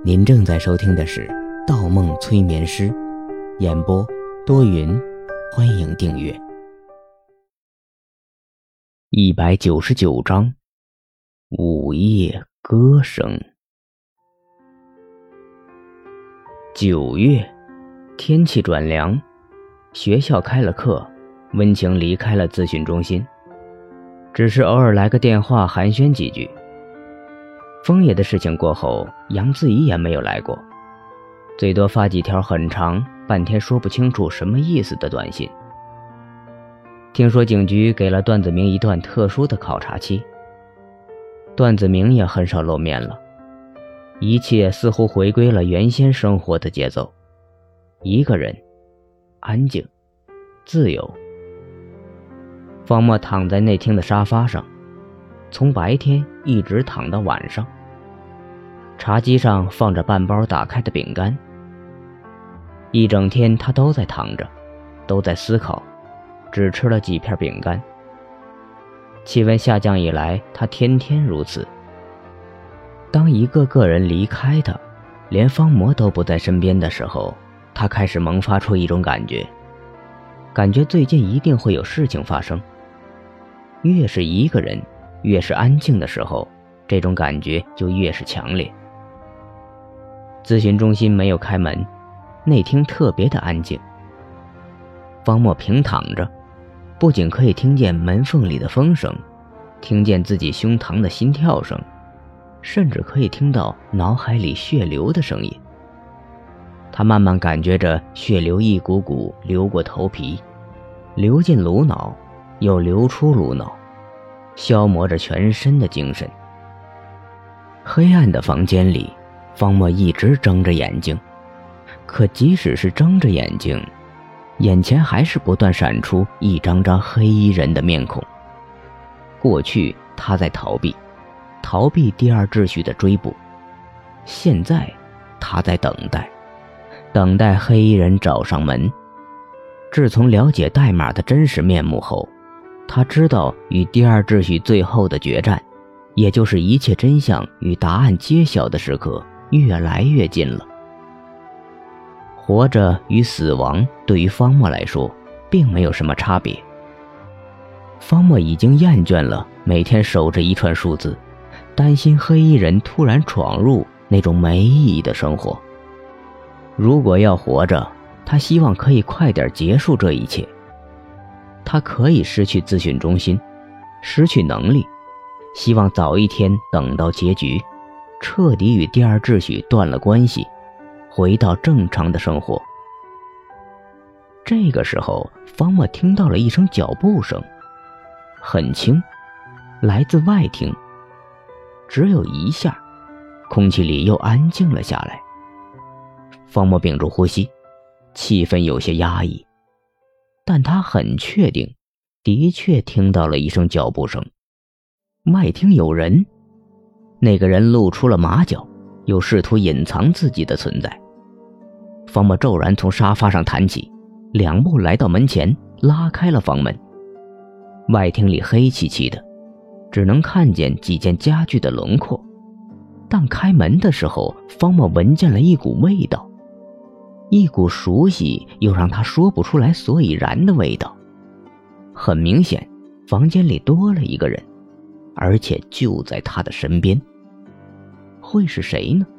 您正在收听的是《盗梦催眠师》，演播多云，欢迎订阅。199章，午夜歌声。9月，天气转凉，学校开了课，温情离开了咨询中心，只是偶尔来个电话寒暄几句。枫叶的事情过后，杨自怡也没有来过，最多发几条很长半天说不清楚什么意思的短信。听说警局给了段子明一段特殊的考察期，段子明也很少露面了，一切似乎回归了原先生活的节奏，一个人，安静，自由。方墨躺在内厅的沙发上，从白天一直躺到晚上，茶几上放着半包打开的饼干。一整天他都在躺着，都在思考，只吃了几片饼干。气温下降以来，他天天如此。当一个个人离开他，连方魔都不在身边的时候，他开始萌发出一种感觉最近一定会有事情发生。越是一个人，越是安静的时候，这种感觉就越是强烈。咨询中心没有开门，内厅特别的安静。方墨平躺着，不仅可以听见门缝里的风声，听见自己胸膛的心跳声，甚至可以听到脑海里血流的声音。他慢慢感觉着血流一股股流过头皮，流进颅脑，又流出颅脑，消磨着全身的精神。黑暗的房间里，方墨一直睁着眼睛，可即使是睁着眼睛，眼前还是不断闪出一张张黑衣人的面孔。过去他在逃避第二秩序的追捕，现在他在等待黑衣人找上门。自从了解代码的真实面目后，他知道与第二秩序最后的决战，也就是一切真相与答案揭晓的时刻，越来越近了。活着与死亡对于方墨来说并没有什么差别。方墨已经厌倦了每天守着一串数字，担心黑衣人突然闯入那种没意义的生活。如果要活着，他希望可以快点结束这一切。他可以失去咨询中心，失去能力，希望早一天等到结局，彻底与第二秩序断了关系，回到正常的生活。这个时候，方墨听到了一声脚步声，很轻，来自外厅。只有一下，空气里又安静了下来。方墨屏住呼吸，气氛有些压抑，但他很确定，的确听到了一声脚步声。外厅有人，那个人露出了马脚，又试图隐藏自己的存在。方墨骤然从沙发上弹起，2步来到门前，拉开了房门。外厅里黑漆漆的，只能看见几件家具的轮廓，但开门的时候，方墨闻见了一股味道，一股熟悉又让他说不出来所以然的味道。很明显，房间里多了一个人，而且就在他的身边。会是谁呢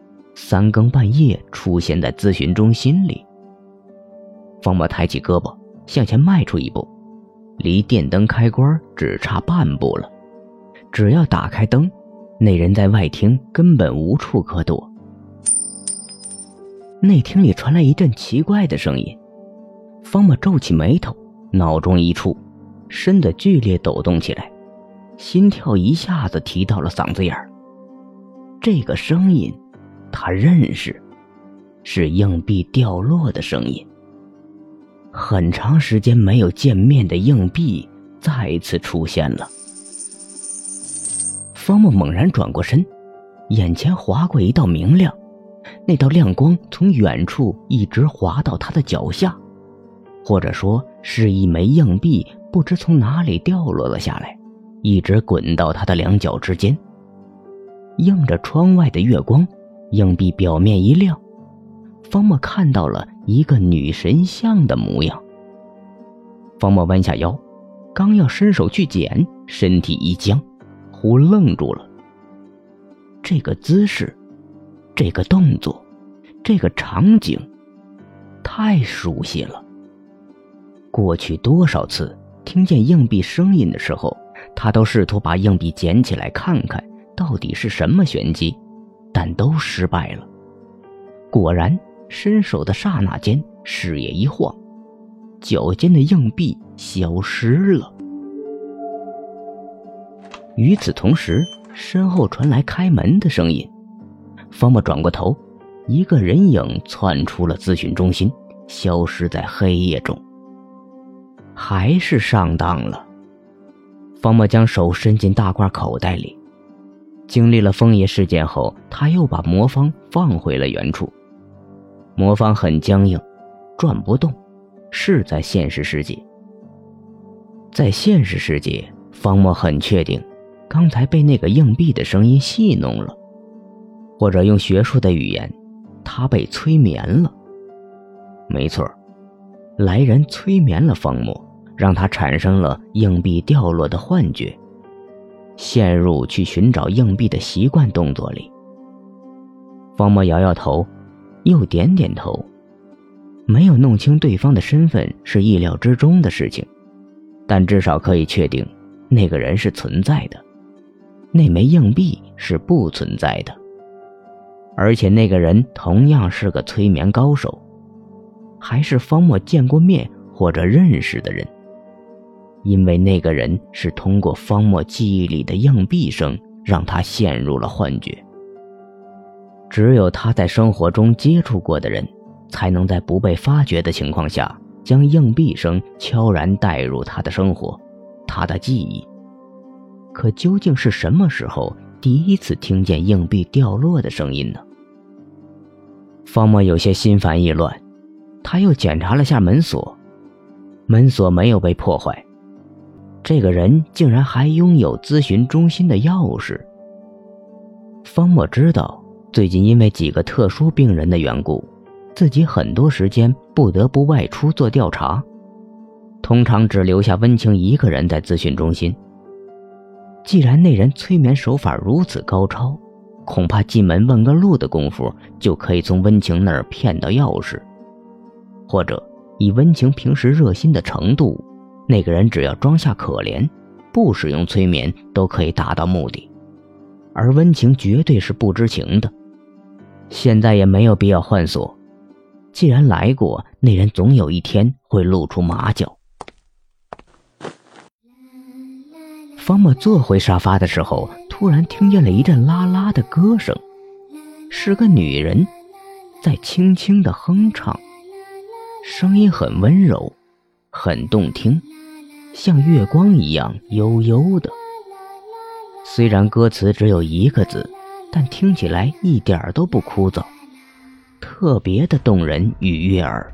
？3更半夜出现在咨询中心里。方墨抬起胳膊向前迈出一步，离电灯开关只差半步了。只要打开灯，那人在外厅根本无处可躲。内厅里传来一阵奇怪的声音，方墨皱起眉头，脑中一触，身子剧烈抖动起来，心跳一下子提到了嗓子眼儿。这个声音他认识，是硬币掉落的声音。很长时间没有见面的硬币再次出现了。方墨猛然转过身，眼前划过一道明亮，那道亮光从远处一直滑到他的脚下，或者说是一枚硬币不知从哪里掉落了下来，一直滚到他的两脚之间。映着窗外的月光， 硬币表面一亮，方墨看到了一个女神像的模样。方墨弯下腰，刚要伸手去捡，身体一僵，忽愣住了。这个姿势，这个动作，这个场景，太熟悉了。过去多少次听见硬币声音的时候，他都试图把硬币捡起来看看到底是什么玄机，但都失败了。果然，伸手的刹那间，视野一晃，脚尖的硬币消失了。与此同时，身后传来开门的声音。方墨转过头，一个人影窜出了咨询中心，消失在黑夜中。还是上当了。方墨将手伸进大褂口袋里，经历了枫叶事件后，他又把魔方放回了原处。魔方很僵硬，转不动，是在现实世界。在现实世界，方墨很确定刚才被那个硬币的声音戏弄了，或者用学术的语言，他被催眠了。没错，来人催眠了方墨，让他产生了硬币掉落的幻觉，陷入去寻找硬币的习惯动作里。方墨摇摇头，又点点头。没有弄清对方的身份是意料之中的事情，但至少可以确定那个人是存在的，那枚硬币是不存在的。而且那个人同样是个催眠高手，还是方墨见过面或者认识的人，因为那个人是通过方墨记忆里的硬币声让他陷入了幻觉。只有他在生活中接触过的人，才能在不被发觉的情况下，将硬币声悄然带入他的生活，他的记忆。可究竟是什么时候第一次听见硬币掉落的声音呢？方墨有些心烦意乱，他又检查了下门锁，门锁没有被破坏。这个人竟然还拥有咨询中心的钥匙。方墨知道，最近因为几个特殊病人的缘故，自己很多时间不得不外出做调查，通常只留下温情一个人在咨询中心。既然那人催眠手法如此高超，恐怕进门问个路的功夫就可以从温情那儿骗到钥匙，或者以温情平时热心的程度，那个人只要装下可怜，不使用催眠都可以达到目的，而温情绝对是不知情的。现在也没有必要换锁，既然来过，那人总有一天会露出马脚。方墨坐回沙发的时候，突然听见了一阵啦啦的歌声，是个女人在轻轻地哼唱，声音很温柔，很动听，像月光一样悠悠的。虽然歌词只有一个字，但听起来一点都不枯燥，特别的动人与悦耳。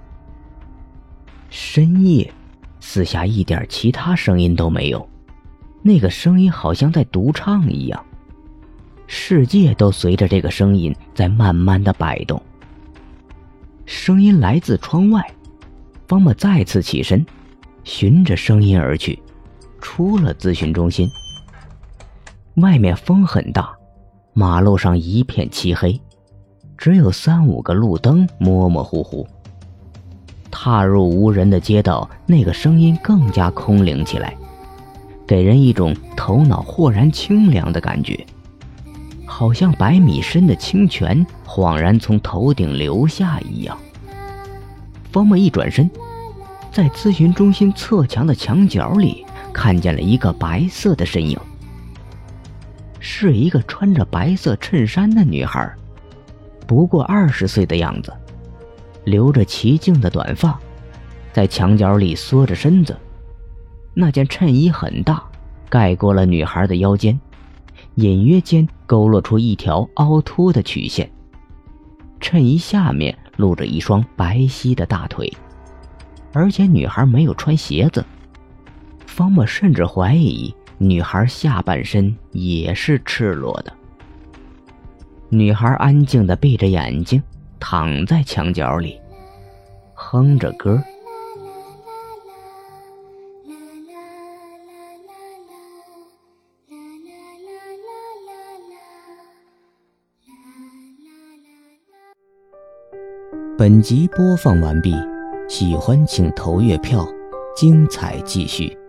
深夜，四下一点其他声音都没有，那个声音好像在独唱一样，世界都随着这个声音在慢慢的摆动。声音来自窗外，方墨再次起身，循着声音而去，出了咨询中心。外面风很大，马路上一片漆黑，只有3-5个路灯模模糊糊。踏入无人的街道，那个声音更加空灵起来，给人一种头脑豁然清凉的感觉，好像100米深的清泉恍然从头顶流下一样。方墨一转身，在咨询中心侧墙的墙角里看见了一个白色的身影，是一个穿着白色衬衫的女孩，不过20岁的样子，留着齐静的短发，在墙角里缩着身子。那件衬衣很大，盖过了女孩的腰间，隐约间勾勒出一条凹凸的曲线。衬衣下面露着一双白皙的大腿，而且女孩没有穿鞋子。方墨甚至怀疑女孩下半身也是赤裸的。 女孩安静地闭着眼睛，躺在墙角里，哼着歌。本集播放完毕，喜欢请投月票，精彩继续。